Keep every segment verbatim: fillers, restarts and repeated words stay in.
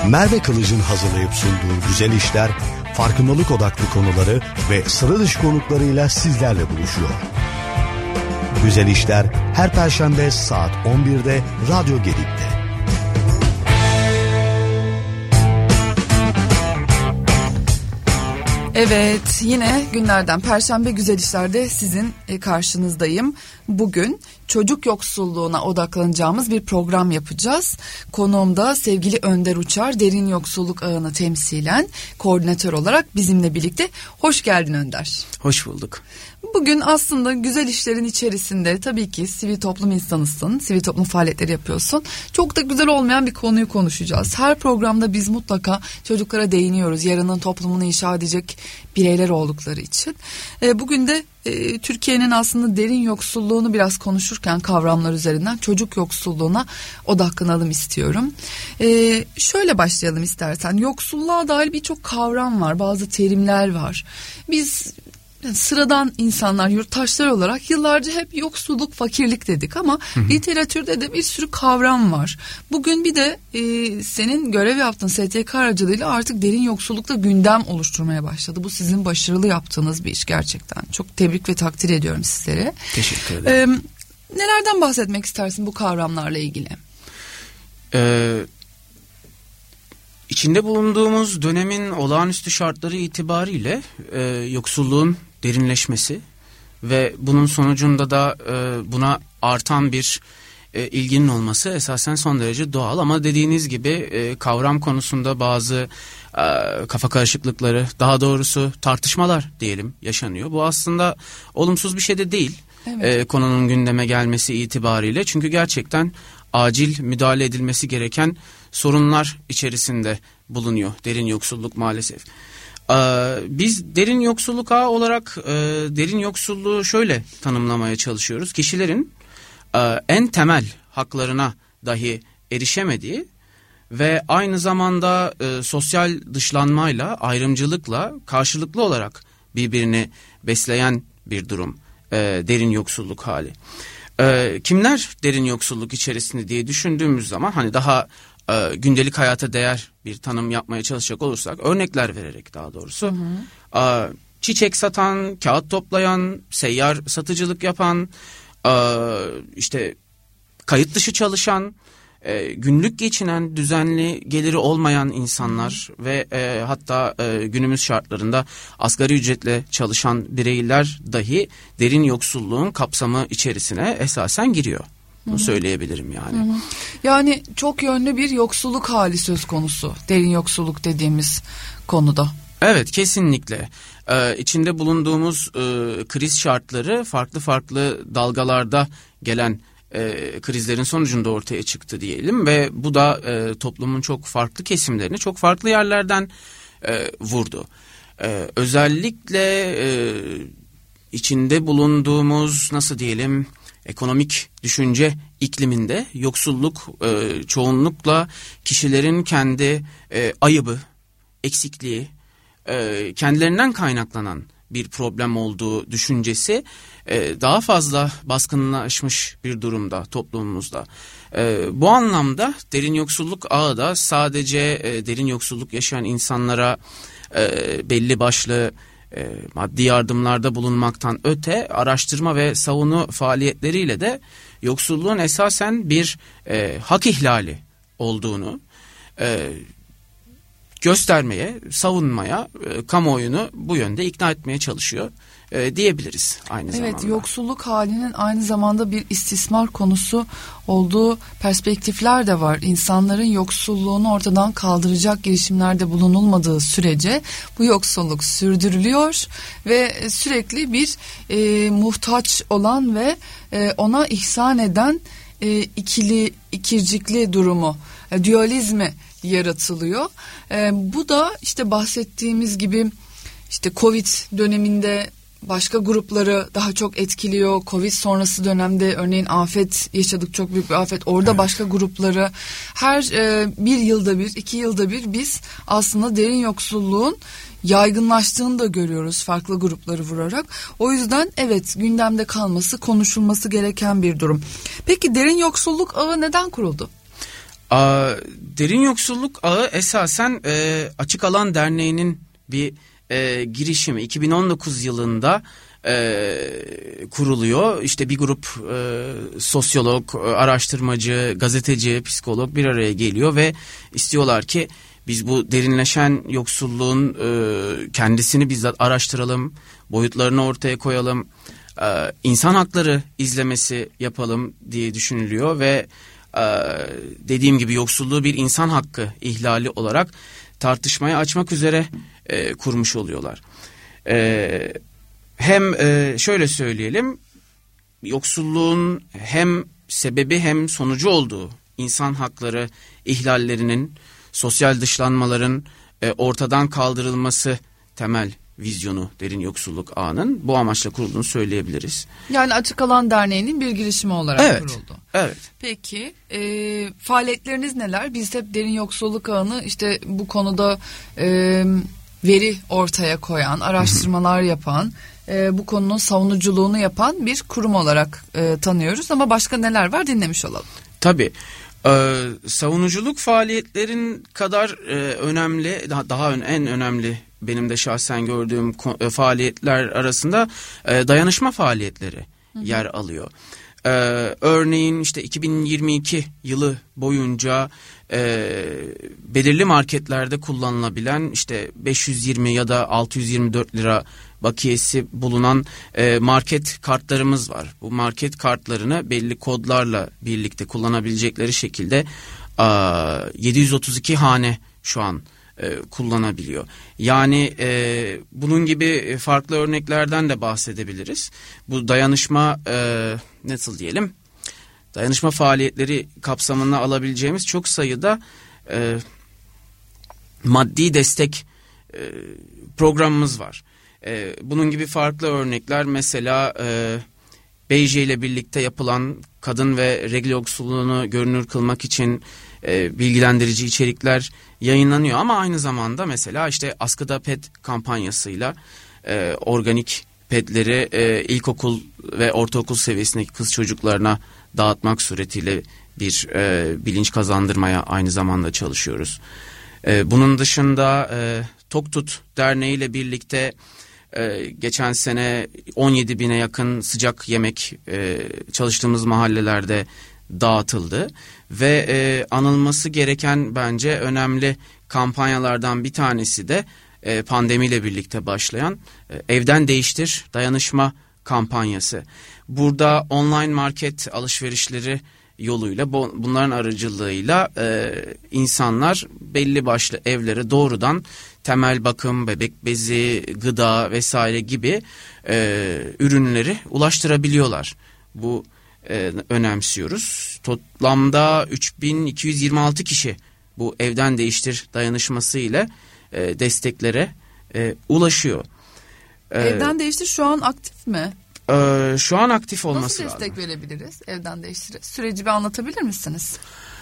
Merve Kılıç'ın hazırlayıp sunduğu Güzel İşler, farkındalık odaklı konuları ve sıra dışı konuklarıyla sizlerle buluşuyor. Güzel İşler her Perşembe saat on birde Radyo Gedik'te. Evet, yine günlerden Perşembe Güzel İşler'de sizin karşınızdayım. Bugün çocuk yoksulluğuna odaklanacağımız bir program yapacağız. Konuğum da sevgili Önder Uçar, derin yoksulluk ağını temsilen koordinatör olarak bizimle birlikte. Hoş geldin Önder. Hoş bulduk. Bugün aslında güzel işlerin içerisinde tabii ki sivil toplum insanısın, sivil toplum faaliyetleri yapıyorsun. Çok da güzel olmayan bir konuyu konuşacağız. Her programda biz mutlaka çocuklara değiniyoruz. Yarının toplumunu inşa edecek bireyler oldukları için. E, bugün de e, Türkiye'nin aslında derin yoksulluğunu biraz konuşurken kavramlar üzerinden çocuk yoksulluğuna odaklanalım istiyorum. E, şöyle başlayalım istersen. Yoksulluğa dair birçok kavram var, bazı terimler var. Biz yani sıradan insanlar, yurttaşlar olarak yıllarca hep yoksulluk, fakirlik dedik ama hı hı. literatürde de bir sürü kavram var. Bugün bir de e, senin görev yaptığın S T K aracılığıyla artık derin yoksullukta gündem oluşturmaya başladı. Bu sizin başarılı yaptığınız bir iş gerçekten. Çok tebrik ve takdir ediyorum sizlere. Teşekkür ederim. E, nelerden bahsetmek istersin bu kavramlarla ilgili? Ee, içinde bulunduğumuz dönemin olağanüstü şartları itibariyle e, yoksulluğun derinleşmesi ve bunun sonucunda da e, buna artan bir e, ilginin olması esasen son derece doğal. Ama dediğiniz gibi e, kavram konusunda bazı e, kafa karışıklıkları, daha doğrusu tartışmalar diyelim yaşanıyor. Bu aslında olumsuz bir şey de değil. Evet. E, konunun gündeme gelmesi itibariyle, çünkü gerçekten acil müdahale edilmesi gereken sorunlar içerisinde bulunuyor derin yoksulluk maalesef. Ee, biz derin yoksulluk ağı olarak e, derin yoksulluğu şöyle tanımlamaya çalışıyoruz. Kişilerin e, en temel haklarına dahi erişemediği ve aynı zamanda e, sosyal dışlanmayla, ayrımcılıkla karşılıklı olarak birbirini besleyen bir durum, e, derin yoksulluk hali. E, kimler derin yoksulluk içerisinde diye düşündüğümüz zaman hani daha e, gündelik hayata değer bir tanım yapmaya çalışacak olursak, örnekler vererek daha doğrusu hı hı. E, çiçek satan, kağıt toplayan, seyyar satıcılık yapan, e, işte kayıt dışı çalışan, e, günlük geçinen, düzenli geliri olmayan insanlar hı hı. ve e, hatta e, günümüz şartlarında asgari ücretle çalışan bireyler dahi derin yoksulluğun kapsamı içerisine esasen giriyor. Bunu Hı-hı. söyleyebilirim yani. Hı-hı. Yani çok yönlü bir yoksulluk hali söz konusu. Derin yoksulluk dediğimiz konuda. Evet, kesinlikle. Ee, içinde bulunduğumuz e, kriz şartları farklı farklı dalgalarda gelen e, krizlerin sonucunda ortaya çıktı diyelim ve bu da e, toplumun çok farklı kesimlerini çok farklı yerlerden e, vurdu. E, özellikle e, içinde bulunduğumuz nasıl diyelim ekonomik düşünce ikliminde yoksulluk e, çoğunlukla kişilerin kendi e, ayıbı, eksikliği, e, kendilerinden kaynaklanan bir problem olduğu düşüncesi e, daha fazla baskınlaşmış bir durumda toplumumuzda. E, bu anlamda derin yoksulluk ağı da sadece e, derin yoksulluk yaşayan insanlara e, belli başlı E, maddi yardımlarda bulunmaktan öte araştırma ve savunu faaliyetleriyle de yoksulluğun esasen bir e, hak ihlali olduğunu e, göstermeye, savunmaya, e, kamuoyunu bu yönde ikna etmeye çalışıyor e, diyebiliriz aynı evet, zamanda. Evet, yoksulluk halinin aynı zamanda bir istismar konusu olduğu perspektifler de var. İnsanların yoksulluğunu ortadan kaldıracak girişimlerde bulunulmadığı sürece bu yoksulluk sürdürülüyor ve sürekli bir e, muhtaç olan ve e, ona ihsan eden e, ikili, ikircikli durumu, e, dualizmi yaratılıyor. E, bu da işte bahsettiğimiz gibi işte Covid döneminde başka grupları daha çok etkiliyor. Covid sonrası dönemde örneğin afet yaşadık, çok büyük bir afet. Orada evet. başka grupları her e, bir yılda bir, iki yılda bir biz aslında derin yoksulluğun yaygınlaştığını da görüyoruz farklı grupları vurarak. O yüzden evet, gündemde kalması, konuşulması gereken bir durum. Peki derin yoksulluk ağı neden kuruldu? Aa, Derin Yoksulluk Ağı esasen e, Açık Alan Derneği'nin bir e, girişimi. iki bin on dokuz yılında e, kuruluyor. İşte bir grup e, sosyolog, araştırmacı, gazeteci, psikolog bir araya geliyor ve istiyorlar ki biz bu derinleşen yoksulluğun e, kendisini bizzat araştıralım, boyutlarını ortaya koyalım, e, insan hakları izlemesi yapalım diye düşünülüyor ve e, dediğim gibi yoksulluğu bir insan hakkı ihlali olarak tartışmaya açmak üzere e, kurmuş oluyorlar. E, hem e, şöyle söyleyelim, yoksulluğun hem sebebi hem sonucu olduğu insan hakları ihlallerinin, sosyal dışlanmaların e, ortadan kaldırılması temel vizyonu Derin Yoksulluk Ağı'nın bu amaçla kurulduğunu söyleyebiliriz. Yani Açık Alan Derneği'nin bir girişimi olarak evet, kuruldu. Evet. Peki e, faaliyetleriniz neler? Biz hep Derin Yoksulluk Ağı'nı işte bu konuda e, veri ortaya koyan, araştırmalar yapan, e, bu konunun savunuculuğunu yapan bir kurum olarak e, tanıyoruz. Ama başka neler var dinlemiş olalım. Tabii. Ee, savunuculuk faaliyetlerin kadar e, önemli, daha, daha ön, en önemli benim de şahsen gördüğüm e, faaliyetler arasında e, dayanışma faaliyetleri hı hı. yer alıyor. Ee, örneğin işte iki bin yirmi iki yılı boyunca e, belirli marketlerde kullanılabilen işte beş yüz yirmi ya da altı yüz yirmi dört lira bakiyesi bulunan e, market kartlarımız var. Bu market kartlarını belli kodlarla birlikte kullanabilecekleri şekilde a, yedi yüz otuz iki hane şu an e, kullanabiliyor. Yani e, bunun gibi farklı örneklerden de bahsedebiliriz. Bu dayanışma e, nasıl diyelim? Dayanışma faaliyetleri kapsamına alabileceğimiz çok sayıda e, maddi destek e, programımız var. E, bunun gibi farklı örnekler mesela e, Beyce ile birlikte yapılan kadın ve regl yoksulluğunu görünür kılmak için e, bilgilendirici içerikler yayınlanıyor. Ama aynı zamanda mesela işte Askıda Pet kampanyasıyla e, organik petleri e, ilkokul ve ortaokul seviyesindeki kız çocuklarına dağıtmak suretiyle bir e, bilinç kazandırmaya aynı zamanda çalışıyoruz. E, bunun dışında e, Toktut Derneği ile birlikte e, geçen sene on yedi bine yakın sıcak yemek e, çalıştığımız mahallelerde dağıtıldı. Ve e, anılması gereken bence önemli kampanyalardan bir tanesi de e, pandemiyle birlikte başlayan e, Evden Değiştir Dayanışma kampanyası. Burada online market alışverişleri yoluyla bunların aracılığıyla e, insanlar belli başlı evlere doğrudan temel bakım, bebek bezi, gıda vesaire gibi e, ürünleri ulaştırabiliyorlar. Bu e, önemsiyoruz. Toplamda üç bin iki yüz yirmi altı kişi bu Evden Değiştir dayanışması ile e, desteklere e, ulaşıyor. Evden e, Değiştir şu an aktif mi? Ee, şu an aktif olması lazım. Nasıl destek lazım. verebiliriz Evden Değiştir'e? Süreci bir anlatabilir misiniz?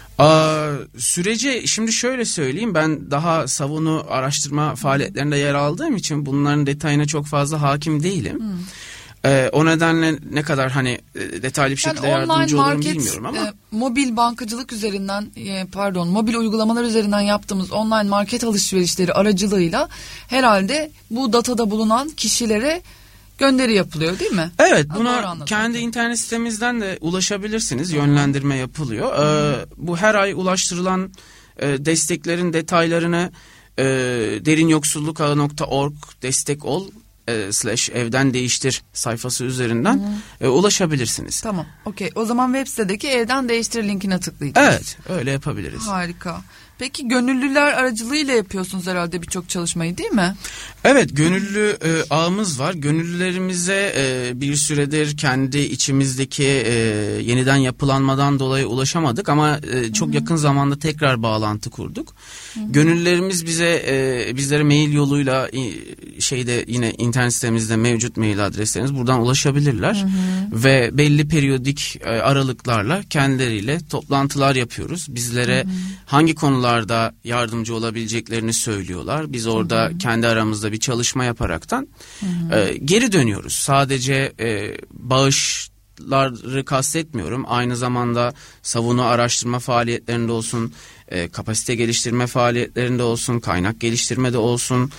Ee, süreci şimdi şöyle söyleyeyim, ben daha savunu araştırma faaliyetlerinde yer aldığım için bunların detayına çok fazla hakim değilim. Hmm. Ee, o nedenle ne kadar hani detaylı bir şekilde yani yardımcı olurum market, bilmiyorum ama. E, mobil bankacılık üzerinden e, pardon mobil uygulamalar üzerinden yaptığımız online market alışverişleri aracılığıyla herhalde bu datada bulunan kişilere gönderi yapılıyor değil mi? Evet, buna kendi internet sitemizden de ulaşabilirsiniz. Tamam. Yönlendirme yapılıyor. Ee, bu her ay ulaştırılan e, desteklerin detaylarını e, derin yoksulluk ağı nokta org destek ol e, slash evden değiştir sayfası üzerinden e, ulaşabilirsiniz. Tamam, okey. O zaman web sitedeki Evden Değiştir linkine tıklayacağız. Evet, öyle yapabiliriz. Harika. Peki gönüllüler aracılığıyla yapıyorsunuz herhalde birçok çalışmayı değil mi? Evet, gönüllü e, ağımız var. Gönüllülerimize e, bir süredir kendi içimizdeki e, yeniden yapılanmadan dolayı ulaşamadık ama e, çok Hı-hı. yakın zamanda tekrar bağlantı kurduk. Hı-hı. Gönüllülerimiz bize e, bizlere mail yoluyla e, şeyde yine internet sitemizde mevcut mail adresleriniz, buradan ulaşabilirler. Hı-hı. Ve belli periyodik e, aralıklarla kendileriyle toplantılar yapıyoruz. Bizlere Hı-hı. hangi konular da yardımcı olabileceklerini söylüyorlar. Biz orada hı hı. kendi aramızda bir çalışma yaparaktan hı hı. E, geri dönüyoruz. Sadece e, bağış şartları kastetmiyorum. Aynı zamanda savunu araştırma faaliyetlerinde olsun, e, kapasite geliştirme faaliyetlerinde olsun, kaynak geliştirmede olsun,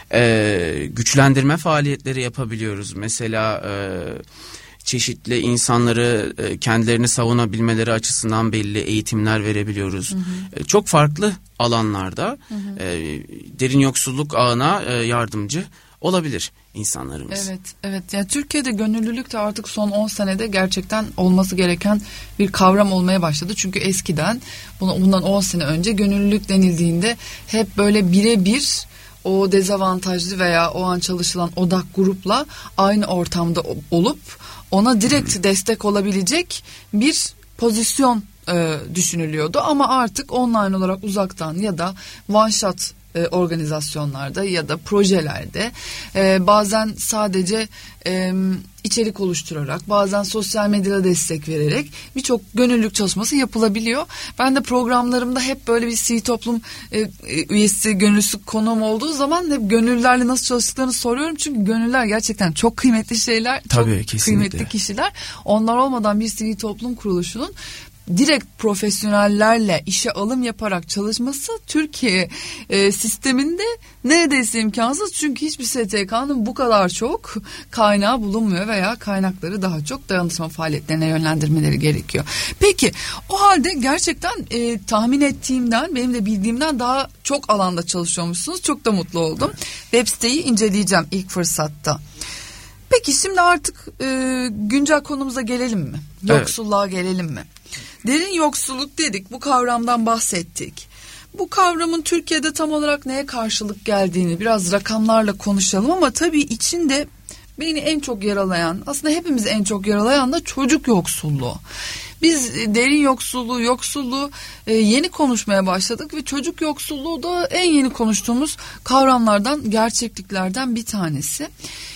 e, güçlendirme faaliyetleri yapabiliyoruz. Mesela e, çeşitli insanları e, kendilerini savunabilmeleri açısından belli eğitimler verebiliyoruz. Hı hı. E, çok farklı alanlarda hı hı. E, derin yoksulluk ağına e, yardımcı olabilir insanlarımız. Evet, evet. Yani Türkiye'de gönüllülük de artık son on senede gerçekten olması gereken bir kavram olmaya başladı. Çünkü eskiden bundan on sene önce gönüllülük denildiğinde hep böyle birebir o dezavantajlı veya o an çalışılan odak grupla aynı ortamda olup ona direkt destek olabilecek bir pozisyon e, düşünülüyordu. Ama artık online olarak uzaktan ya da one shot e, organizasyonlarda ya da projelerde e, bazen sadece e, içerik oluşturarak, bazen sosyal medyada destek vererek birçok gönüllülük çalışması yapılabiliyor. Ben de programlarımda hep böyle bir sivil toplum e, üyesi, gönüllüsü konuğum olduğu zaman hep gönüllülerle nasıl çalıştıklarını soruyorum. Çünkü gönüllüler gerçekten çok kıymetli şeyler, Tabii, çok kesinlikle. kıymetli kişiler. Onlar olmadan bir sivil toplum kuruluşunun direkt profesyonellerle işe alım yaparak çalışması Türkiye e, sisteminde neredeyse imkansız. Çünkü hiçbir S T K'nın bu kadar çok kaynağı bulunmuyor veya kaynakları daha çok dayanışma faaliyetlerine yönlendirmeleri gerekiyor. Peki o halde gerçekten e, tahmin ettiğimden, benim de bildiğimden daha çok alanda çalışıyormuşsunuz. Çok da mutlu oldum. Web siteyi inceleyeceğim ilk fırsatta. Peki şimdi artık e, güncel konumuza gelelim mi? Yoksulluğa evet. gelelim mi? Derin yoksulluk dedik, bu kavramdan bahsettik. Bu kavramın Türkiye'de tam olarak neye karşılık geldiğini biraz rakamlarla konuşalım ama tabii içinde beni en çok yaralayan, aslında hepimizi en çok yaralayan da çocuk yoksulluğu. Biz derin yoksulluğu, yoksulluğu yeni konuşmaya başladık ve çocuk yoksulluğu da en yeni konuştuğumuz kavramlardan, gerçekliklerden bir tanesi.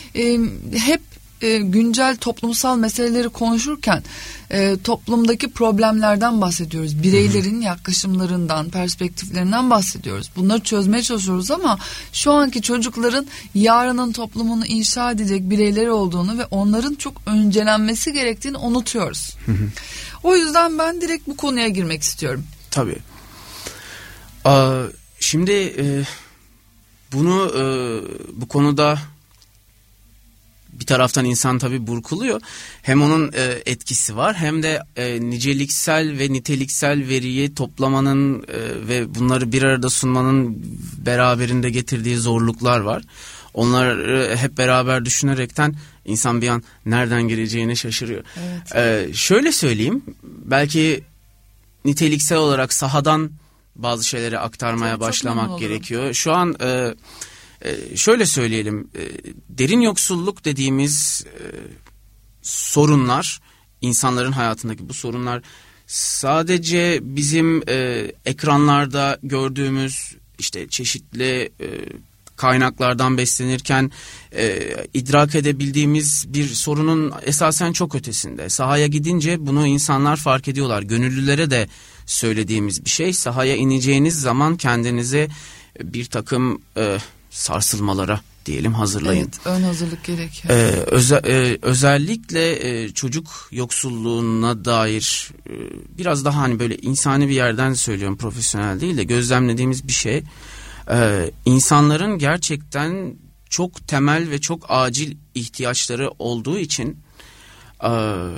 Hep güncel toplumsal meseleleri konuşurken e, toplumdaki problemlerden bahsediyoruz. Bireylerin yaklaşımlarından, perspektiflerinden bahsediyoruz. Bunları çözmeye çalışıyoruz ama şu anki çocukların yarının toplumunu inşa edecek bireyleri olduğunu ve onların çok öncelenmesi gerektiğini unutuyoruz. Hı hı. O yüzden ben direkt bu konuya girmek istiyorum. Tabii. Aa, şimdi e, bunu e, bu konuda bir taraftan insan tabii burkuluyor. Hem onun e, etkisi var hem de e, niceliksel ve niteliksel veriyi toplamanın e, ve bunları bir arada sunmanın beraberinde getirdiği zorluklar var. Onları hep beraber düşünerekten insan bir an nereden gireceğini şaşırıyor. Evet. E, şöyle söyleyeyim, belki niteliksel olarak sahadan bazı şeyleri aktarmaya çok, başlamak çok gerekiyor. Şu an e, e, şöyle söyleyelim, e, derin yoksulluk dediğimiz e, sorunlar, insanların hayatındaki bu sorunlar sadece bizim e, ekranlarda gördüğümüz işte çeşitli e, kaynaklardan beslenirken e, idrak edebildiğimiz bir sorunun esasen çok ötesinde. Sahaya gidince bunu insanlar fark ediyorlar. Gönüllülere de söylediğimiz bir şey. Sahaya ineceğiniz zaman kendinize bir takım e, sarsılmalara diyelim hazırlayın. Evet, ön hazırlık gerekiyor. Ee, öze, e, özellikle e, çocuk yoksulluğuna dair e, biraz daha hani böyle insani bir yerden söylüyorum, profesyonel değil de gözlemlediğimiz bir şey. Ee, insanların gerçekten çok temel ve çok acil ihtiyaçları olduğu için e,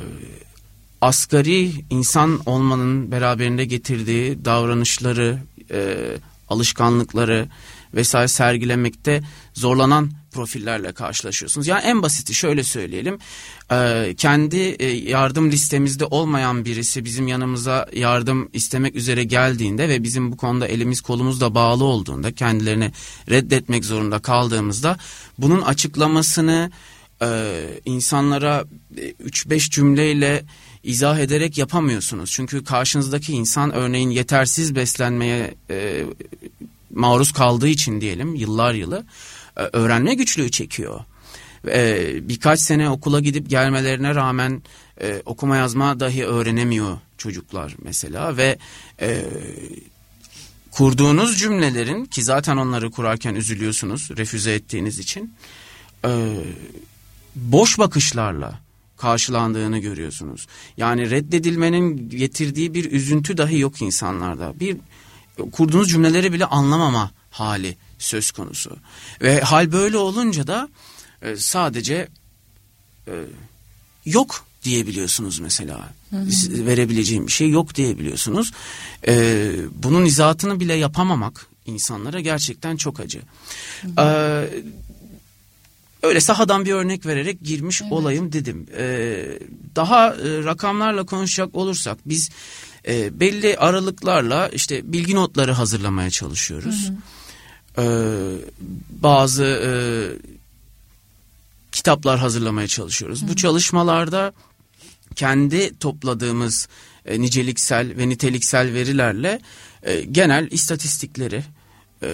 asgari insan olmanın beraberinde getirdiği davranışları, e, alışkanlıkları vesaire sergilemekte zorlanan profillerle karşılaşıyorsunuz. Yani en basiti şöyle söyleyelim, e, kendi e, yardım listemizde olmayan birisi bizim yanımıza yardım istemek üzere geldiğinde ve bizim bu konuda elimiz kolumuz da bağlı olduğunda, kendilerini reddetmek zorunda kaldığımızda bunun açıklamasını e, insanlara üç beş cümleyle izah ederek yapamıyorsunuz. Çünkü karşınızdaki insan örneğin yetersiz beslenmeye e, maruz kaldığı için diyelim yıllar yılı öğrenme güçlüğü çekiyor. Ee, birkaç sene okula gidip gelmelerine rağmen e, okuma yazma dahi öğrenemiyor çocuklar mesela ve e, kurduğunuz cümlelerin, ki zaten onları kurarken üzülüyorsunuz refüze ettiğiniz için, e, boş bakışlarla karşılandığını görüyorsunuz. Yani reddedilmenin getirdiği bir üzüntü dahi yok insanlarda. Bir kurduğunuz cümleleri bile anlamama hali söz konusu. Ve hal böyle olunca da e, sadece e, yok diyebiliyorsunuz mesela. Hı hı. Verebileceğim bir şey yok diyebiliyorsunuz. E, bunun izahatını bile yapamamak insanlara gerçekten çok acı. Hı hı. E, öyle sahadan bir örnek vererek girmiş evet. olayım dedim. E, daha e, rakamlarla konuşacak olursak biz e, belli aralıklarla işte bilgi notları hazırlamaya çalışıyoruz. Hı hı. E, bazı e, kitaplar hazırlamaya çalışıyoruz. Hı. Bu çalışmalarda kendi topladığımız e, niceliksel ve niteliksel verilerle e, genel istatistikleri e,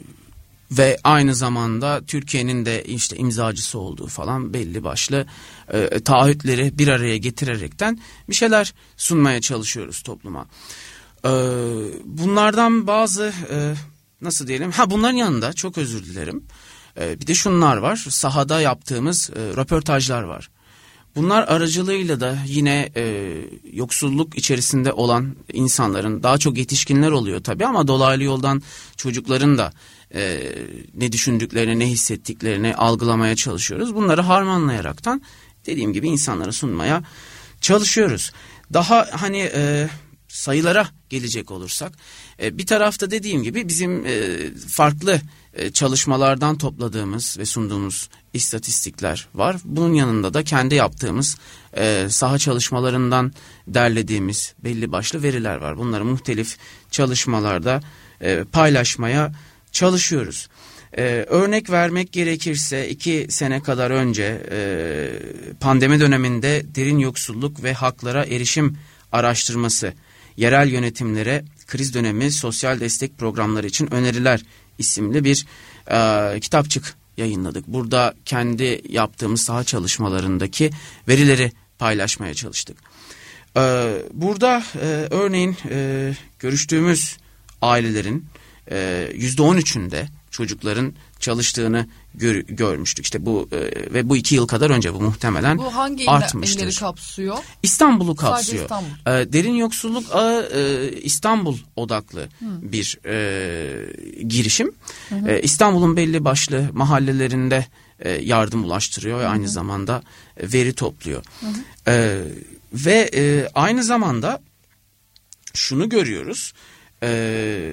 ve aynı zamanda Türkiye'nin de işte imzacısı olduğu falan belli başlı e, taahhütleri bir araya getirerekten bir şeyler sunmaya çalışıyoruz topluma. E, bunlardan bazı e, nasıl diyelim? Ha bunların yanında çok özür dilerim. E, bir de şunlar var. Sahada yaptığımız e, röportajlar var. Bunlar aracılığıyla da yine e, yoksulluk içerisinde olan insanların, daha çok yetişkinler oluyor tabii ama dolaylı yoldan çocukların da e, ne düşündüklerini, ne hissettiklerini algılamaya çalışıyoruz. Bunları harmanlayaraktan dediğim gibi insanlara sunmaya çalışıyoruz. Daha hani e, sayılara gelecek olursak e, bir tarafta dediğim gibi bizim e, farklı e, çalışmalardan topladığımız ve sunduğumuz istatistikler var. Bunun yanında da kendi yaptığımız e, saha çalışmalarından derlediğimiz belli başlı veriler var. Bunları muhtelif çalışmalarda e, paylaşmaya çalışıyoruz. E, örnek vermek gerekirse iki sene kadar önce e, pandemi döneminde derin yoksulluk ve haklara erişim araştırması, yerel yönetimlere kriz dönemi sosyal destek programları için öneriler isimli bir e, kitapçık yayınladık. Burada kendi yaptığımız saha çalışmalarındaki verileri paylaşmaya çalıştık. E, burada e, örneğin e, görüştüğümüz ailelerin e, yüzde on üçünde çocukların çalıştığını gör, görmüştük. İşte bu e, ve bu iki yıl kadar önce bu muhtemelen bu hangi artmıştır. illeri kapsıyor? İstanbul'u kapsıyor. İstanbul. E, derin yoksulluk ağı e, İstanbul odaklı hı. bir e, girişim. Hı hı. E, İstanbul'un belli başlı mahallelerinde e, yardım ulaştırıyor ve hı hı. aynı zamanda e, veri topluyor. Hı hı. E, ve e, aynı zamanda şunu görüyoruz. E,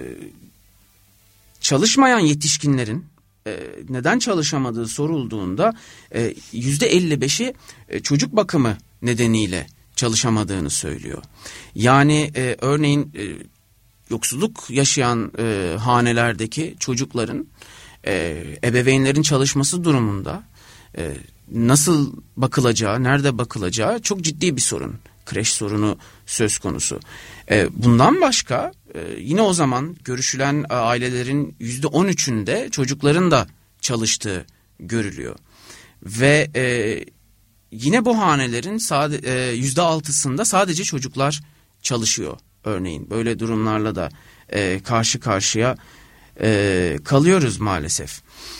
çalışmayan yetişkinlerin e, neden çalışamadığı sorulduğunda e, yüzde elli beşi e, çocuk bakımı nedeniyle çalışamadığını söylüyor. Yani e, örneğin e, yoksulluk yaşayan e, hanelerdeki çocukların e, ebeveynlerin çalışması durumunda e, nasıl bakılacağı, nerede bakılacağı çok ciddi bir sorun. Kreş sorunu söz konusu. E, bundan başka e, yine o zaman görüşülen ailelerin yüzde on üçünde çocukların da çalıştığı görülüyor. Ve e, yine bu hanelerin sade, e, yüzde altısında sadece çocuklar çalışıyor örneğin. Böyle durumlarla da e, karşı karşıya e, kalıyoruz maalesef.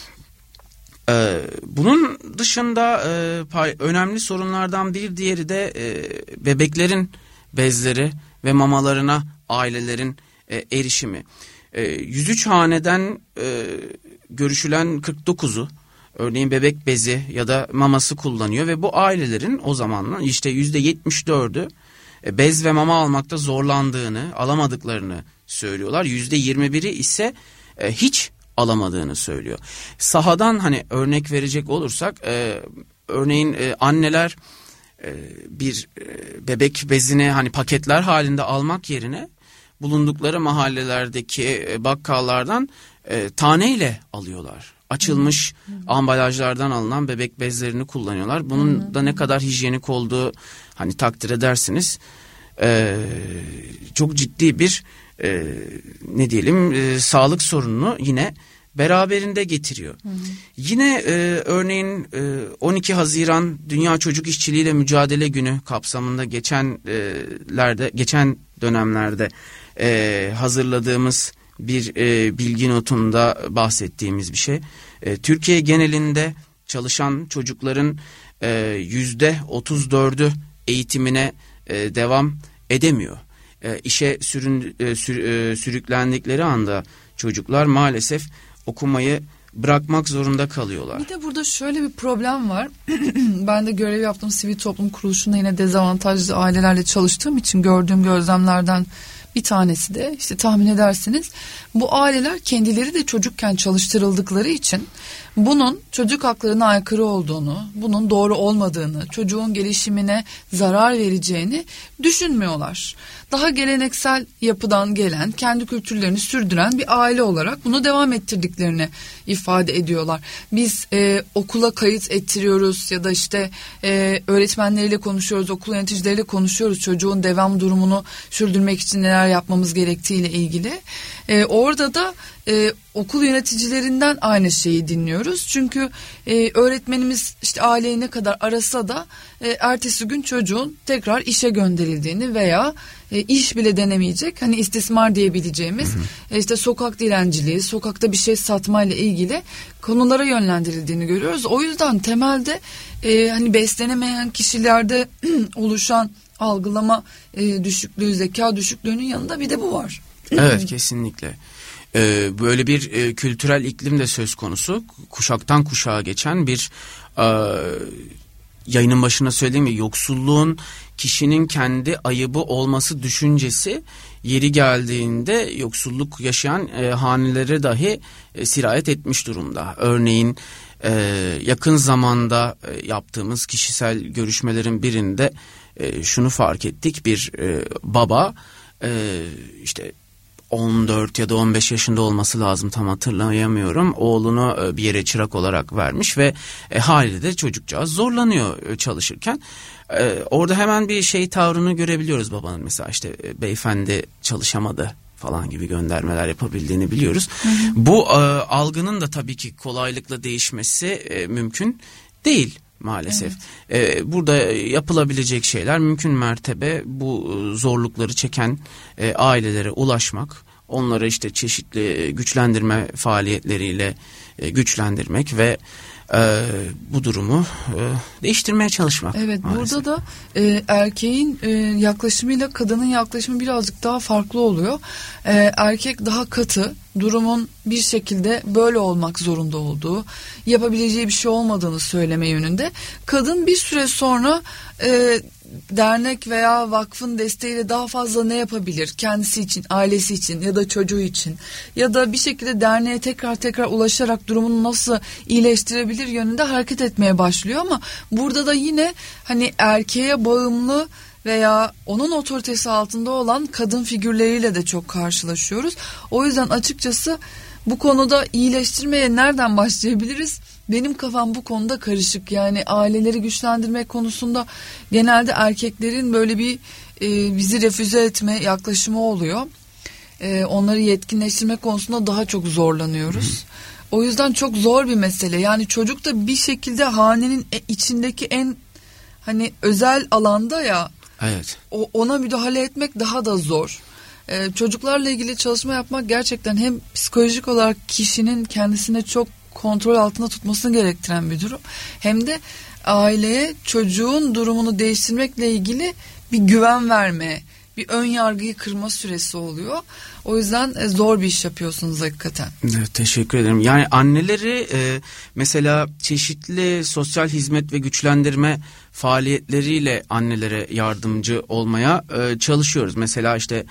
Ee, bunun dışında e, pay, önemli sorunlardan bir diğeri de e, bebeklerin bezleri ve mamalarına ailelerin e, erişimi. E, yüz üç haneden e, görüşülen kırk dokuzu örneğin bebek bezi ya da maması kullanıyor ve bu ailelerin o zamanla işte yüzde yetmiş dördü e, bez ve mama almakta zorlandığını, alamadıklarını söylüyorlar. yüzde yirmi biri ise e, hiç alamadığını söylüyor. Sahadan hani örnek verecek olursak e, örneğin e, anneler e, bir e, bebek bezini hani paketler halinde almak yerine bulundukları mahallelerdeki e, bakkallardan e, taneyle alıyorlar. Açılmış hı hı. ambalajlardan alınan bebek bezlerini kullanıyorlar. Bunun hı hı. da ne kadar hijyenik olduğu hani takdir edersiniz. E, çok ciddi bir e, ne diyelim e, sağlık sorununu yine beraberinde getiriyor. Hı hı. Yine e, örneğin e, on iki Haziran Dünya Çocuk İşçiliğiyle Mücadele Günü kapsamında geçenlerde geçen dönemlerde e, hazırladığımız bir e, bilgi notunda bahsettiğimiz bir şey. E, Türkiye genelinde çalışan çocukların yüzde otuz dördü eğitimine e, devam edemiyor. E, işe sürün, e, sür, e, sürüklendikleri anda çocuklar maalesef okumayı bırakmak zorunda kalıyorlar. Bir de burada şöyle bir problem var. Ben de görev yaptığım sivil toplum kuruluşunda yine dezavantajlı ailelerle çalıştığım için gördüğüm gözlemlerden bir tanesi de işte tahmin edersiniz bu aileler kendileri de çocukken çalıştırıldıkları için bunun çocuk haklarına aykırı olduğunu, bunun doğru olmadığını, çocuğun gelişimine zarar vereceğini düşünmüyorlar. Daha geleneksel yapıdan gelen, kendi kültürlerini sürdüren bir aile olarak bunu devam ettirdiklerini ifade ediyorlar. Biz e, okula kayıt ettiriyoruz ya da işte e, öğretmenleriyle konuşuyoruz, okul yöneticileriyle konuşuyoruz çocuğun devam durumunu sürdürmek için neler yapmamız gerektiğiyle ilgili. E, orada da e, okul yöneticilerinden aynı şeyi dinliyoruz. Çünkü e, öğretmenimiz işte aileyi ne kadar arasa da e, ertesi gün çocuğun tekrar işe gönderildiğini veya e, iş bile denemeyecek hani istismar diyebileceğimiz hı hı. E, işte sokak dilenciliği, sokakta bir şey satmayla ilgili konulara yönlendirildiğini görüyoruz. O yüzden temelde e, hani beslenemeyen kişilerde oluşan algılama e, düşüklüğü, zeka düşüklüğünün yanında bir de bu var. Evet, kesinlikle. Ee, böyle bir e, kültürel iklim de söz konusu. Kuşaktan kuşağa geçen bir e, yayının başında söylediğim gibi yoksulluğun kişinin kendi ayıbı olması düşüncesi yeri geldiğinde yoksulluk yaşayan e, hanelere dahi e, sirayet etmiş durumda. Örneğin e, yakın zamanda e, yaptığımız kişisel görüşmelerin birinde e, şunu fark ettik. Bir e, baba e, işte on dört ya da on beş yaşında olması lazım, tam hatırlayamıyorum. Oğlunu bir yere çırak olarak vermiş ve e, haliyle de çocukcağız zorlanıyor e, çalışırken. E, orada hemen bir şey tavrını görebiliyoruz babanın, mesela işte e, beyefendi çalışamadı falan gibi göndermeler yapabildiğini biliyoruz. Hı hı. Bu e, algının da tabii ki kolaylıkla değişmesi e, mümkün değil. Maalesef. Evet. Ee, burada yapılabilecek şeyler mümkün mertebe bu zorlukları çeken e, ailelere ulaşmak, onları işte çeşitli güçlendirme faaliyetleriyle e, güçlendirmek ve e, bu durumu e, değiştirmeye çalışmak. Evet, maalesef. burada da e, erkeğin e, yaklaşımıyla kadının yaklaşımı birazcık daha farklı oluyor. E, erkek daha katı, durumun bir şekilde böyle olmak zorunda olduğu, yapabileceği bir şey olmadığını söyleme yönünde. Kadın bir süre sonra e, dernek veya vakfın desteğiyle daha fazla ne yapabilir? Kendisi için, ailesi için ya da çocuğu için ya da bir şekilde derneğe tekrar tekrar ulaşarak durumunu nasıl iyileştirebilir yönünde hareket etmeye başlıyor, ama burada da yine hani erkeğe bağımlı veya onun otoritesi altında olan kadın figürleriyle de çok karşılaşıyoruz. O yüzden açıkçası bu konuda iyileştirmeye nereden başlayabiliriz? Benim kafam bu konuda karışık. Yani aileleri güçlendirmek konusunda genelde erkeklerin böyle bir e, bizi refüze etme yaklaşımı oluyor. E, onları yetkinleştirme konusunda daha çok zorlanıyoruz. O yüzden çok zor bir mesele. Yani çocuk da bir şekilde hanenin içindeki en hani özel alanda ya. Evet. O, ona müdahale etmek daha da zor. Ee, çocuklarla ilgili çalışma yapmak gerçekten hem psikolojik olarak kişinin kendisine çok kontrol altında tutmasını gerektiren bir durum. Hem de aileye çocuğun durumunu değiştirmekle ilgili bir güven verme, bir ön yargıyı kırma süresi oluyor. O yüzden zor bir iş yapıyorsunuz hakikaten. Evet, teşekkür ederim. Yani anneleri e, mesela çeşitli sosyal hizmet ve güçlendirme faaliyetleriyle annelere yardımcı olmaya e, çalışıyoruz. Mesela işte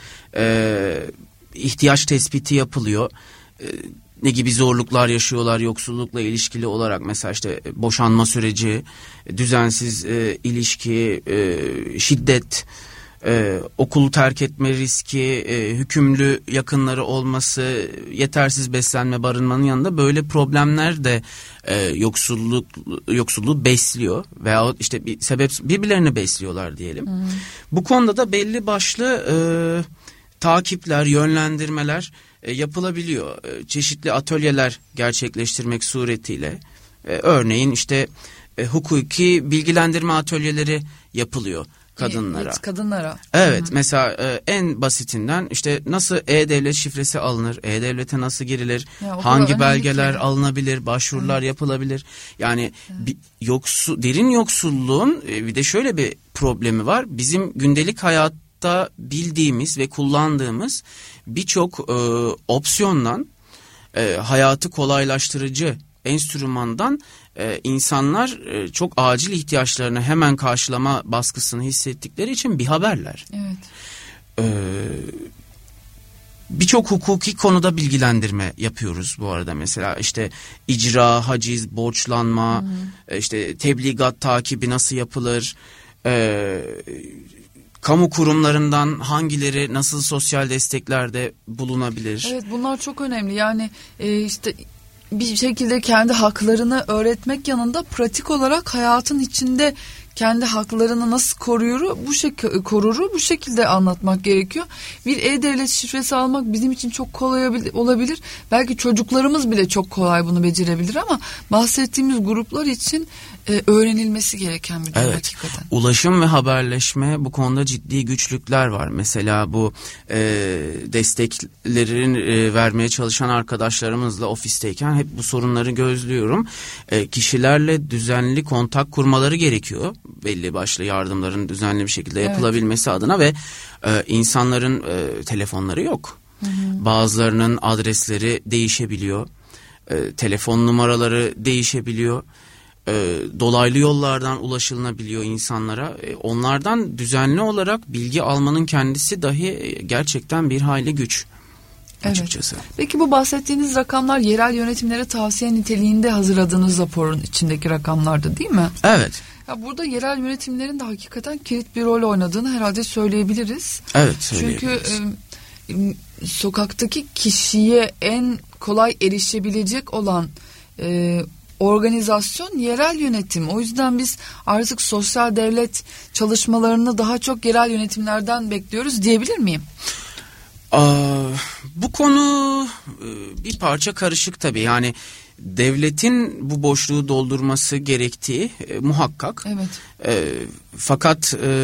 e, ihtiyaç tespiti yapılıyor. E, ne gibi zorluklar yaşıyorlar yoksullukla ilişkili olarak, mesela işte boşanma süreci, düzensiz e, ilişki, e, şiddet, Ee, okulu terk etme riski, e, hükümlü yakınları olması, yetersiz beslenme, barınmanın yanında böyle problemler de e, yoksulluk yoksulluğu besliyor veya işte bir sebep birbirlerini besliyorlar diyelim. Hmm. Bu konuda da belli başlı e, takipler, yönlendirmeler e, yapılabiliyor. E, çeşitli atölyeler gerçekleştirmek suretiyle, e, örneğin işte e, hukuki bilgilendirme atölyeleri yapılıyor. kadınlara. Evet, kadınlara. Evet, Hı-hı. mesela e, en basitinden işte nasıl e-devlet şifresi alınır, e-devlete nasıl girilir, ya, hangi belgeler ki. alınabilir, başvurular evet. yapılabilir. Yani evet. bir yoksul, derin yoksulluğun e, bir de şöyle bir problemi var. Bizim gündelik hayatta bildiğimiz ve kullandığımız birçok e, opsiyondan, e, hayatı kolaylaştırıcı enstrümandan e, insanlar e, çok acil ihtiyaçlarını hemen karşılama baskısını hissettikleri için bir haberler. Evet. E, Birçok hukuki konuda bilgilendirme yapıyoruz bu arada, mesela işte icra, haciz, borçlanma, hmm. işte tebligat takibi nasıl yapılır, e, kamu kurumlarından hangileri nasıl sosyal desteklerde bulunabilir. Evet, bunlar çok önemli yani e, işte bir şekilde kendi haklarını öğretmek yanında pratik olarak hayatın içinde kendi haklarını nasıl koruru bu şekilde koruru bu şekilde anlatmak gerekiyor. Bir e-devlet şifresi almak bizim için çok kolay olabilir. Belki çocuklarımız bile çok kolay bunu becerebilir ama bahsettiğimiz gruplar için e, öğrenilmesi gereken bir durum evet. hakikaten. Ulaşım ve haberleşme bu konuda ciddi güçlükler var. Mesela bu e, desteklerin e, vermeye çalışan arkadaşlarımızla ofisteyken hep bu sorunları gözlüyorum. E, kişilerle düzenli kontak kurmaları gerekiyor. Belli başlı yardımların düzenli bir şekilde yapılabilmesi evet. adına ve e, insanların e, telefonları yok. Hı hı. Bazılarının adresleri değişebiliyor. E, telefon numaraları değişebiliyor. E, dolaylı yollardan ulaşılabiliyor insanlara. E, onlardan düzenli olarak bilgi almanın kendisi dahi e, gerçekten bir hayli güç. Açıkçası. Evet. Peki bu bahsettiğiniz rakamlar yerel yönetimlere tavsiye niteliğinde hazırladığınız raporun içindeki rakamlardı değil mi? Evet. Ya burada yerel yönetimlerin de hakikaten kilit bir rol oynadığını herhalde söyleyebiliriz. Evet, söyleyebiliriz. Çünkü e, sokaktaki kişiye en kolay erişebilecek olan e, organizasyon yerel yönetim. O yüzden biz artık sosyal devlet çalışmalarını daha çok yerel yönetimlerden bekliyoruz diyebilir miyim? Aa, bu konu bir parça karışık tabii. Yani devletin bu boşluğu doldurması gerektiği e, muhakkak. Evet. E, fakat e,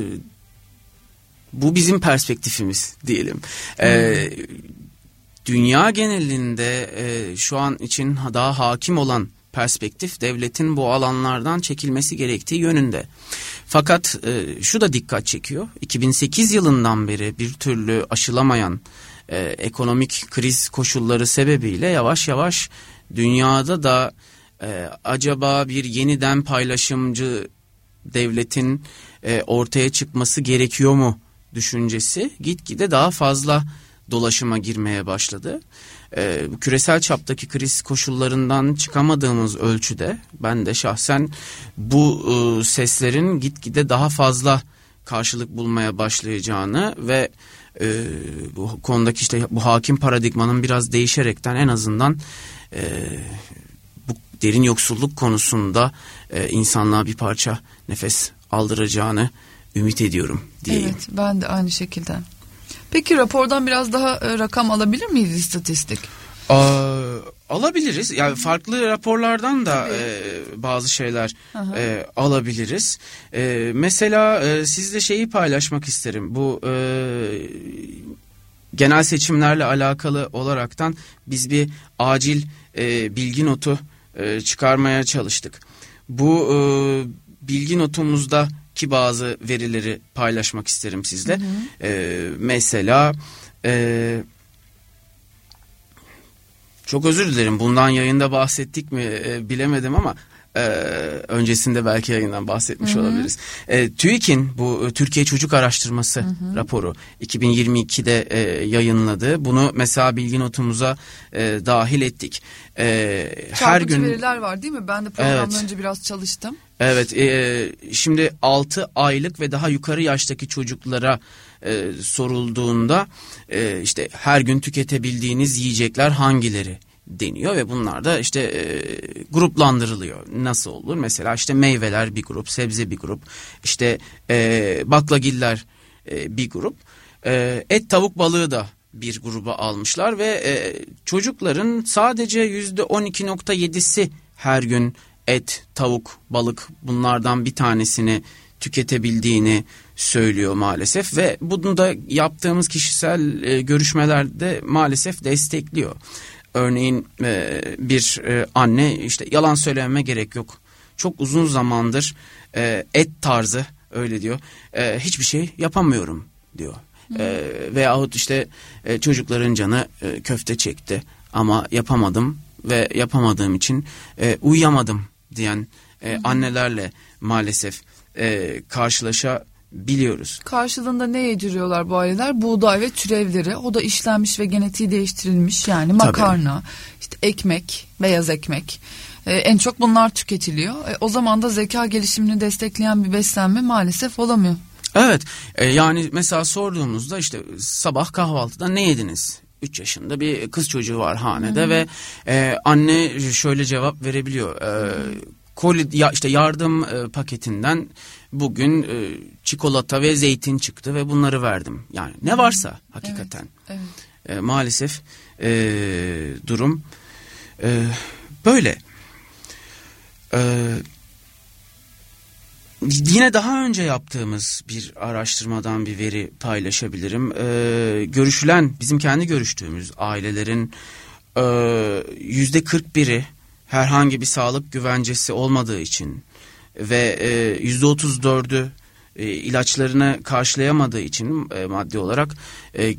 bu bizim perspektifimiz diyelim. Hmm. E, dünya genelinde e, şu an için daha hakim olan perspektif devletin bu alanlardan çekilmesi gerektiği yönünde. Fakat e, şu da dikkat çekiyor. iki bin sekiz yılından beri bir türlü aşılamayan e, ekonomik kriz koşulları sebebiyle yavaş yavaş dünyada da e, acaba bir yeniden paylaşımcı devletin e, ortaya çıkması gerekiyor mu düşüncesi gitgide daha fazla dolaşıma girmeye başladı. E, küresel çaptaki kriz koşullarından çıkamadığımız ölçüde ben de şahsen bu e, seslerin gitgide daha fazla karşılık bulmaya başlayacağını ve e, bu konudaki işte bu hakim paradigmanın biraz değişerekten en azından e, bu derin yoksulluk konusunda e, insanlığa bir parça nefes aldıracağını ümit ediyorum diyeyim. Evet, ben de aynı şekilde. Peki rapordan biraz daha e, rakam alabilir miyiz, istatistik? Aa, alabiliriz. Yani farklı raporlardan da e, bazı şeyler e, alabiliriz. E, mesela e, sizle şeyi paylaşmak isterim. Bu e, genel seçimlerle alakalı olaraktan biz bir acil e, bilgi notu e, çıkarmaya çalıştık. Bu e, bilgi notumuzda ki bazı verileri paylaşmak isterim sizle. Hı hı. Ee, mesela e, çok özür dilerim, bundan yayında bahsettik mi e, bilemedim ama e, öncesinde belki yayından bahsetmiş hı hı. olabiliriz. E, TÜİK'in bu Türkiye Çocuk Araştırması hı hı. raporu iki bin yirmi ikide e, yayınladı. Bunu mesela bilgi notumuza e, dahil ettik. E, her gün veriler var değil mi? Ben de programdan evet. önce biraz çalıştım. Evet, e, şimdi altı aylık ve daha yukarı yaştaki çocuklara e, sorulduğunda e, işte her gün tüketebildiğiniz yiyecekler hangileri deniyor ve bunlar da işte e, gruplandırılıyor. Nasıl olur? Mesela işte meyveler bir grup, sebze bir grup, işte e, baklagiller e, bir grup, e, et, tavuk, balığı da bir gruba almışlar ve e, çocukların sadece yüzde on iki nokta yedisi her gün et, tavuk, balık bunlardan bir tanesini tüketebildiğini söylüyor maalesef ve bunu da yaptığımız kişisel e, görüşmelerde maalesef destekliyor. Örneğin e, bir e, anne işte yalan söylememe gerek yok. Çok uzun zamandır e, et tarzı öyle diyor. E, hiçbir şey yapamıyorum diyor. E, veyahut işte e, çocukların canı e, köfte çekti ama yapamadım ve yapamadığım için e, uyuyamadım diyen e, annelerle maalesef e, karşılaşabiliyoruz. Karşılığında ne yediriyorlar bu aileler? Buğday ve türevleri. O da işlenmiş ve genetiği değiştirilmiş, yani makarna, tabii, işte ekmek, beyaz ekmek. Ee, en çok bunlar tüketiliyor. E, o zaman da zeka gelişimini destekleyen bir beslenme maalesef olamıyor. Evet, e, yani mesela sorduğumuzda işte sabah kahvaltıda ne yediniz? üç yaşında bir kız çocuğu var hanede, hı-hı, ve e, anne şöyle cevap verebiliyor. E, koli ya işte yardım e, paketinden bugün e, çikolata ve zeytin çıktı ve bunları verdim. Yani ne varsa hakikaten. Evet, evet. E, maalesef e, durum e, böyle. E, Yine daha önce yaptığımız bir araştırmadan bir veri paylaşabilirim. Ee, görüşülen, bizim kendi görüştüğümüz ailelerin e, yüzde kırk biri herhangi bir sağlık güvencesi olmadığı için ve e, yüzde otuz dördü e, ilaçlarını karşılayamadığı için e, maddi olarak e,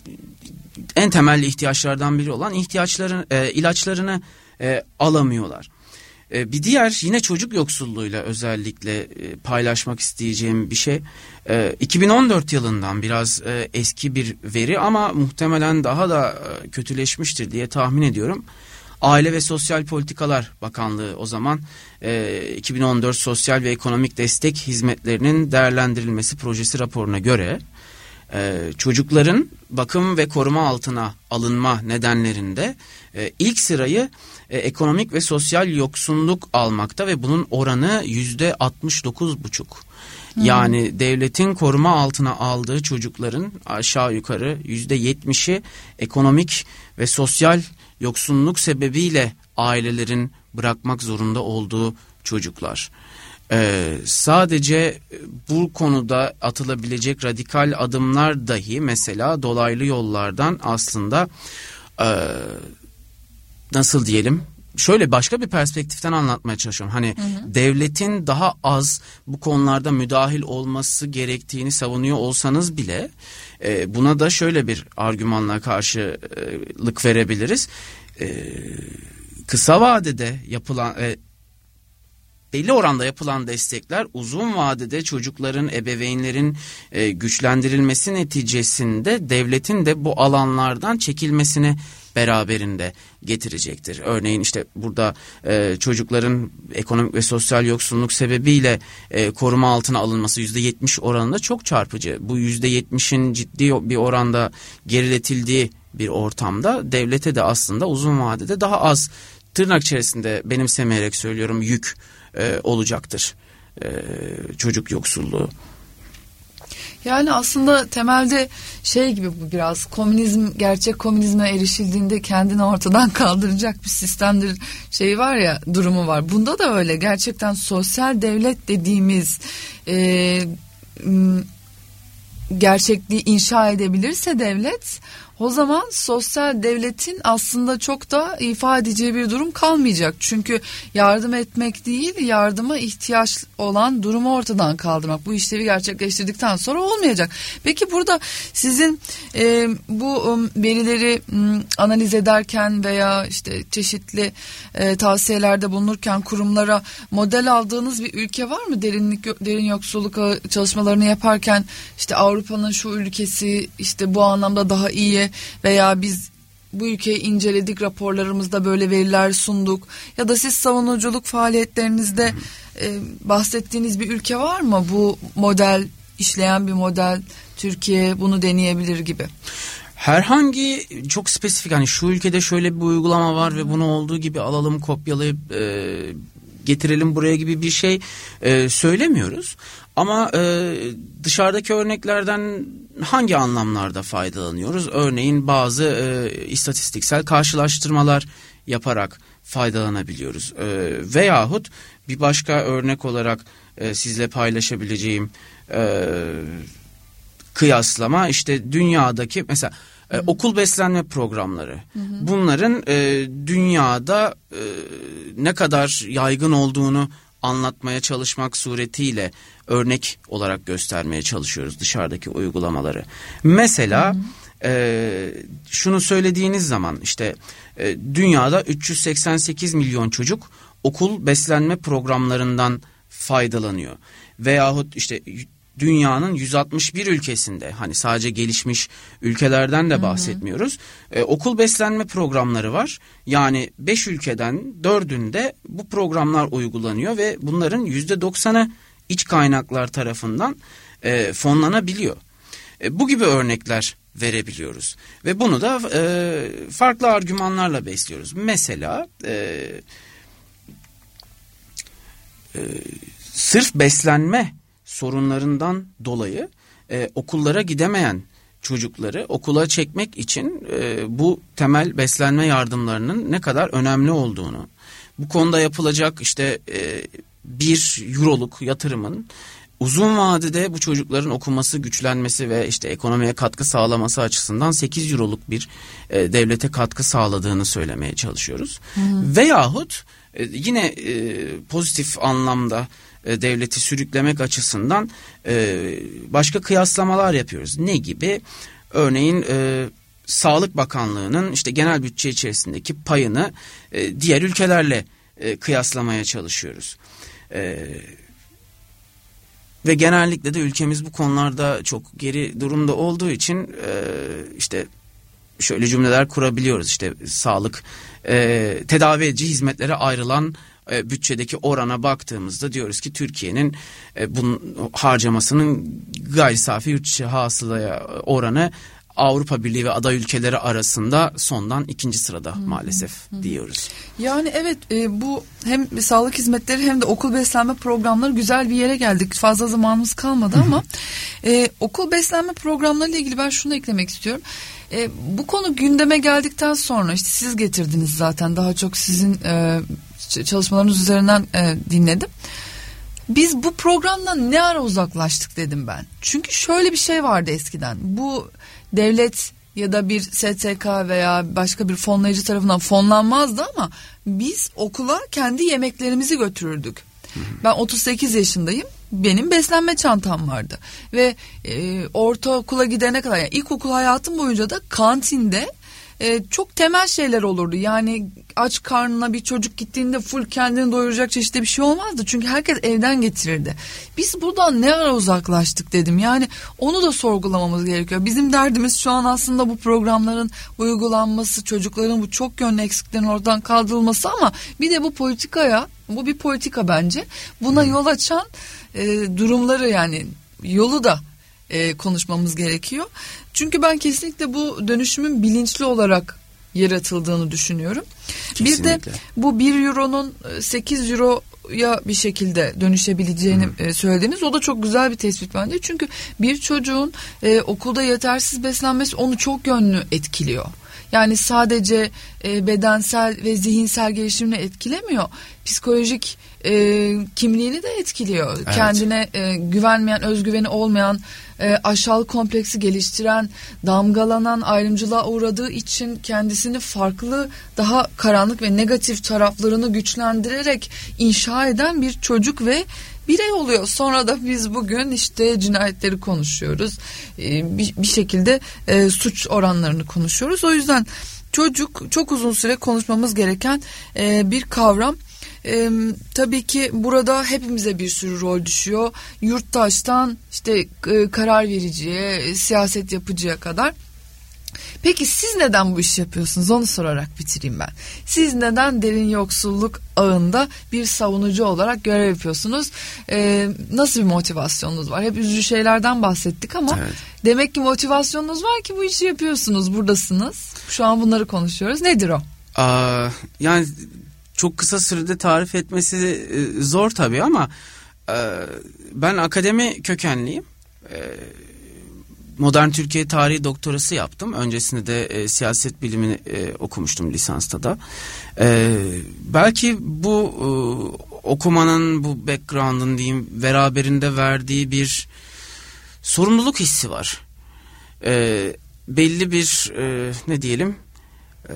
en temel ihtiyaçlardan biri olan ihtiyaçların e, ilaçlarını e, alamıyorlar. Bir diğer yine çocuk yoksulluğuyla özellikle paylaşmak isteyeceğim bir şey. iki bin on dört yılından biraz eski bir veri ama muhtemelen daha da kötüleşmiştir diye tahmin ediyorum. Aile ve Sosyal Politikalar Bakanlığı o zaman iki bin on dört Sosyal ve Ekonomik Destek Hizmetlerinin Değerlendirilmesi Projesi raporuna göre çocukların bakım ve koruma altına alınma nedenlerinde ilk sırayı ekonomik ve sosyal yoksunluk almakta ve bunun oranı yüzde altmış dokuz buçuk. Yani devletin koruma altına aldığı çocukların aşağı yukarı yüzde yetmişi ekonomik ve sosyal yoksunluk sebebiyle ailelerin bırakmak zorunda olduğu çocuklar. Ee, sadece bu konuda atılabilecek radikal adımlar dahi mesela dolaylı yollardan aslında e, nasıl diyelim, şöyle başka bir perspektiften anlatmaya çalışıyorum. Hani hı hı. devletin daha az bu konularda müdahil olması gerektiğini savunuyor olsanız bile e, buna da şöyle bir argümanla karşılık verebiliriz. E, kısa vadede yapılan e, belli oranda yapılan destekler uzun vadede çocukların, ebeveynlerin e, güçlendirilmesi neticesinde devletin de bu alanlardan çekilmesini beraberinde getirecektir. Örneğin işte burada e, çocukların ekonomik ve sosyal yoksunluk sebebiyle e, koruma altına alınması yüzde yetmiş oranında çok çarpıcı. Bu yüzde yetmişin ciddi bir oranda geriletildiği bir ortamda devlete de aslında uzun vadede daha az, tırnak içerisinde benimsemeyerek söylüyorum, yük e, olacaktır e, çocuk yoksulluğu. Yani aslında temelde şey gibi, bu biraz komünizm, gerçek komünizme erişildiğinde kendini ortadan kaldıracak bir sistemdir şey var ya, durumu var. Bunda da öyle, gerçekten sosyal devlet dediğimiz e, gerçekliği inşa edebilirse devlet, o zaman sosyal devletin aslında çok da ifade edeceği bir durum kalmayacak. Çünkü yardım etmek değil, yardıma ihtiyaç olan durumu ortadan kaldırmak. Bu işlevi gerçekleştirdikten sonra olmayacak. Peki burada sizin e, bu um, verileri um, analiz ederken veya işte çeşitli e, tavsiyelerde bulunurken kurumlara model aldığınız bir ülke var mı? Derinlik, derin yoksulluk çalışmalarını yaparken işte Avrupa'nın şu ülkesi işte bu anlamda daha iyi veya biz bu ülkeyi inceledik, raporlarımızda böyle veriler sunduk, ya da siz savunuculuk faaliyetlerinizde e, bahsettiğiniz bir ülke var mı? Bu model, işleyen bir model, Türkiye bunu deneyebilir gibi. Herhangi çok spesifik, hani şu ülkede şöyle bir uygulama var ve bunu olduğu gibi alalım, kopyalayıp e, getirelim buraya gibi bir şey e, söylemiyoruz. Ama e, dışarıdaki örneklerden hangi anlamlarda faydalanıyoruz? Örneğin bazı e, istatistiksel karşılaştırmalar yaparak faydalanabiliyoruz. E, veyahut bir başka örnek olarak e, sizle paylaşabileceğim e, kıyaslama işte dünyadaki mesela e, okul beslenme programları. Hı hı. Bunların e, dünyada e, ne kadar yaygın olduğunu anlatmaya çalışmak suretiyle örnek olarak göstermeye çalışıyoruz dışarıdaki uygulamaları. Mesela hı hı. E, şunu söylediğiniz zaman işte e, dünyada üç yüz seksen sekiz milyon çocuk okul beslenme programlarından faydalanıyor. Veyahut işte dünyanın yüz altmış bir ülkesinde, hani sadece gelişmiş ülkelerden de bahsetmiyoruz. Ee, okul beslenme programları var. Yani beş ülkeden dördünde bu programlar uygulanıyor ve bunların yüzde doksanı iç kaynaklar tarafından e, fonlanabiliyor. E, bu gibi örnekler verebiliyoruz. Ve bunu da e, farklı argümanlarla besliyoruz. Mesela e, e, sırf beslenme sorunlarından dolayı e, okullara gidemeyen çocukları okula çekmek için e, bu temel beslenme yardımlarının ne kadar önemli olduğunu, bu konuda yapılacak işte e, bir euroluk yatırımın uzun vadede bu çocukların okuması, güçlenmesi ve işte ekonomiye katkı sağlaması açısından sekiz euroluk bir e, devlete katkı sağladığını söylemeye çalışıyoruz. Hı hı. Veyahut e, yine e, pozitif anlamda e, devleti sürüklemek açısından e, başka kıyaslamalar yapıyoruz. Ne gibi? Örneğin e, Sağlık Bakanlığı'nın işte genel bütçe içerisindeki payını e, diğer ülkelerle e, kıyaslamaya çalışıyoruz. Evet. Ve genellikle de ülkemiz bu konularda çok geri durumda olduğu için e, işte şöyle cümleler kurabiliyoruz. İşte sağlık, e, tedavi edici hizmetlere ayrılan e, bütçedeki orana baktığımızda diyoruz ki Türkiye'nin e, bunun harcamasının gayri safi yurt içi hasılaya oranı Avrupa Birliği ve aday ülkeleri arasında sondan ikinci sırada hmm. maalesef hmm. diyoruz. Yani evet e, bu hem sağlık hizmetleri hem de okul beslenme programları güzel bir yere geldik. Fazla zamanımız kalmadı ama e, okul beslenme programları ile ilgili ben şunu eklemek istiyorum. E, bu konu gündeme geldikten sonra işte siz getirdiniz zaten, daha çok sizin e, çalışmalarınız üzerinden e, dinledim. Biz bu programdan ne ara uzaklaştık dedim ben. Çünkü şöyle bir şey vardı eskiden. Bu devlet ya da bir S T K veya başka bir fonlayıcı tarafından fonlanmazdı ama biz okula kendi yemeklerimizi götürürdük. Ben otuz sekiz yaşındayım. Benim beslenme çantam vardı. Ve e, ortaokula gidene kadar, yani ilkokul hayatım boyunca da kantinde e, çok temel şeyler olurdu. Yani aç karnına bir çocuk gittiğinde full kendini doyuracak çeşitli bir şey olmazdı. Çünkü herkes evden getirirdi. Biz buradan ne ara uzaklaştık dedim. Yani onu da sorgulamamız gerekiyor. Bizim derdimiz şu an aslında bu programların uygulanması, çocukların bu çok yönlü eksiklerin oradan kaldırılması ama bir de bu politikaya, bu bir politika bence. Buna yol açan e, durumları, yani yolu da e, konuşmamız gerekiyor. Çünkü ben kesinlikle bu dönüşümün bilinçli olarak yaratıldığını düşünüyorum. Kesinlikle. Bir de bu bir euronun sekiz euroya bir şekilde dönüşebileceğini hmm. söylediniz. O da çok güzel bir tespit bence. Çünkü bir çocuğun e, okulda yetersiz beslenmesi onu çok yönlü etkiliyor. Yani sadece e, bedensel ve zihinsel gelişimini etkilemiyor. Psikolojik e, kimliğini de etkiliyor. Evet. Kendine e, güvenmeyen, özgüveni olmayan, e, aşağılık kompleksi geliştiren, damgalanan, ayrımcılığa uğradığı için kendisini farklı, daha karanlık ve negatif taraflarını güçlendirerek inşa eden bir çocuk ve birey oluyor. Sonra da biz bugün işte cinayetleri konuşuyoruz. Ee, bir, bir şekilde e, suç oranlarını konuşuyoruz. O yüzden çocuk çok uzun süre konuşmamız gereken e, bir kavram. E, tabii ki burada hepimize bir sürü rol düşüyor. Yurttaştan işte e, karar vericiye, siyaset yapıcıya kadar. Peki siz neden bu işi yapıyorsunuz? Onu sorarak bitireyim ben. Siz neden derin yoksulluk ağında bir savunucu olarak görev yapıyorsunuz? Ee, nasıl bir motivasyonunuz var? Hep üzücü şeylerden bahsettik ama evet, demek ki motivasyonunuz var ki bu işi yapıyorsunuz, buradasınız. Şu an bunları konuşuyoruz. Nedir o? Aa, yani çok kısa sürede tarif etmesi e, zor tabii ama e, ben akademi kökenliyim. E, Modern Türkiye Tarihi doktorası yaptım. Öncesinde de e, siyaset bilimini e, okumuştum lisansta da. E, belki bu e, okumanın bu background'ın diyeyim beraberinde verdiği bir sorumluluk hissi var. E, belli bir e, ne diyelim e,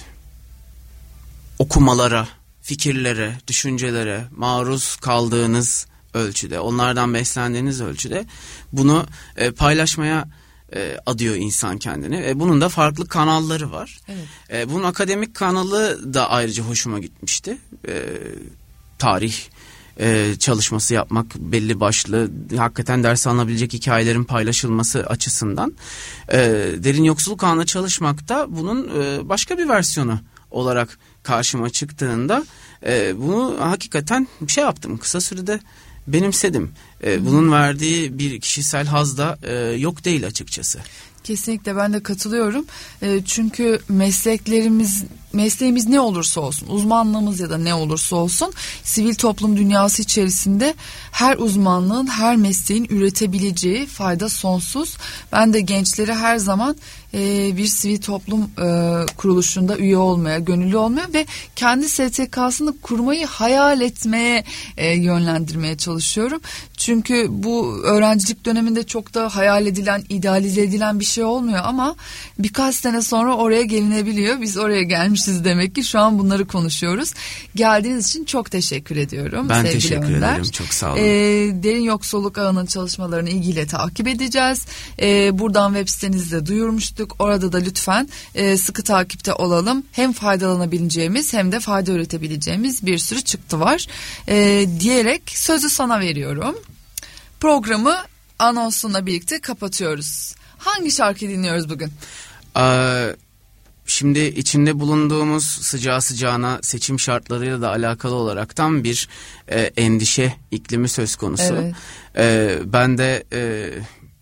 okumalara, fikirlere, düşüncelere maruz kaldığınız ölçüde, onlardan beslendiğiniz ölçüde bunu e, paylaşmaya e, adıyor insan kendini. E, bunun da farklı kanalları var. Evet. E, bunun akademik kanalı da ayrıca hoşuma gitmişti. E, tarih e, çalışması yapmak, belli başlı hakikaten ders alınabilecek hikayelerin paylaşılması açısından. E, derin yoksulluk ağında çalışmak da bunun e, başka bir versiyonu olarak karşıma çıktığında e, bunu hakikaten bir şey yaptım. Kısa sürede benimsedim. E, bunun verdiği bir kişisel haz da e, yok değil açıkçası. Kesinlikle ben de katılıyorum. E, çünkü mesleklerimiz, mesleğimiz ne olursa olsun, uzmanlığımız ya da ne olursa olsun, sivil toplum dünyası içerisinde her uzmanlığın, her mesleğin üretebileceği fayda sonsuz. Ben de gençleri her zaman e, bir sivil toplum e, kuruluşunda üye olmaya, gönüllü olmaya ve kendi S T K'sını kurmayı hayal etmeye e, yönlendirmeye çalışıyorum. Çünkü bu öğrencilik döneminde çok da hayal edilen, idealize edilen bir şey olmuyor ama birkaç sene sonra oraya gelinebiliyor. Biz oraya gelmişiz demek ki, şu an bunları konuşuyoruz. Geldiğiniz için çok teşekkür ediyorum. Ben sevgili teşekkür Önder. ederim. Çok sağ olun. Ee, derin yoksulluk ağının çalışmalarını ilgiyle takip edeceğiz. Ee, buradan web sitenizde duyurmuştuk. Orada da lütfen e, sıkı takipte olalım. Hem faydalanabileceğimiz hem de fayda üretebileceğimiz bir sürü çıktı var. Ee, diyerek sözü sana veriyorum. Programı anonsuna birlikte kapatıyoruz. Hangi şarkı dinliyoruz bugün? Ee, şimdi içinde bulunduğumuz sıcağı sıcağına seçim şartlarıyla da alakalı olaraktan bir e, endişe iklimi söz konusu. Evet. Ee, ben de e,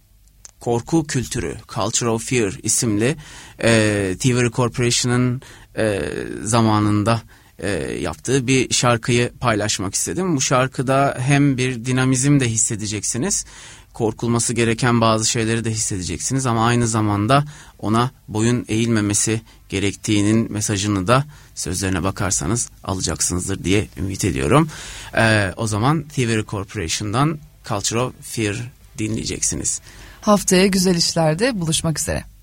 korku kültürü, Culture of Fear isimli e, Thievery Corporation'ın e, zamanında e, yaptığı bir şarkıyı paylaşmak istedim. Bu şarkıda hem bir dinamizm de hissedeceksiniz, korkulması gereken bazı şeyleri de hissedeceksiniz ama aynı zamanda ona boyun eğilmemesi gerektiğinin mesajını da sözlerine bakarsanız alacaksınızdır diye ümit ediyorum. Ee, o zaman Thievery Corporation'dan Culture of Fear dinleyeceksiniz. Haftaya güzel işlerde buluşmak üzere.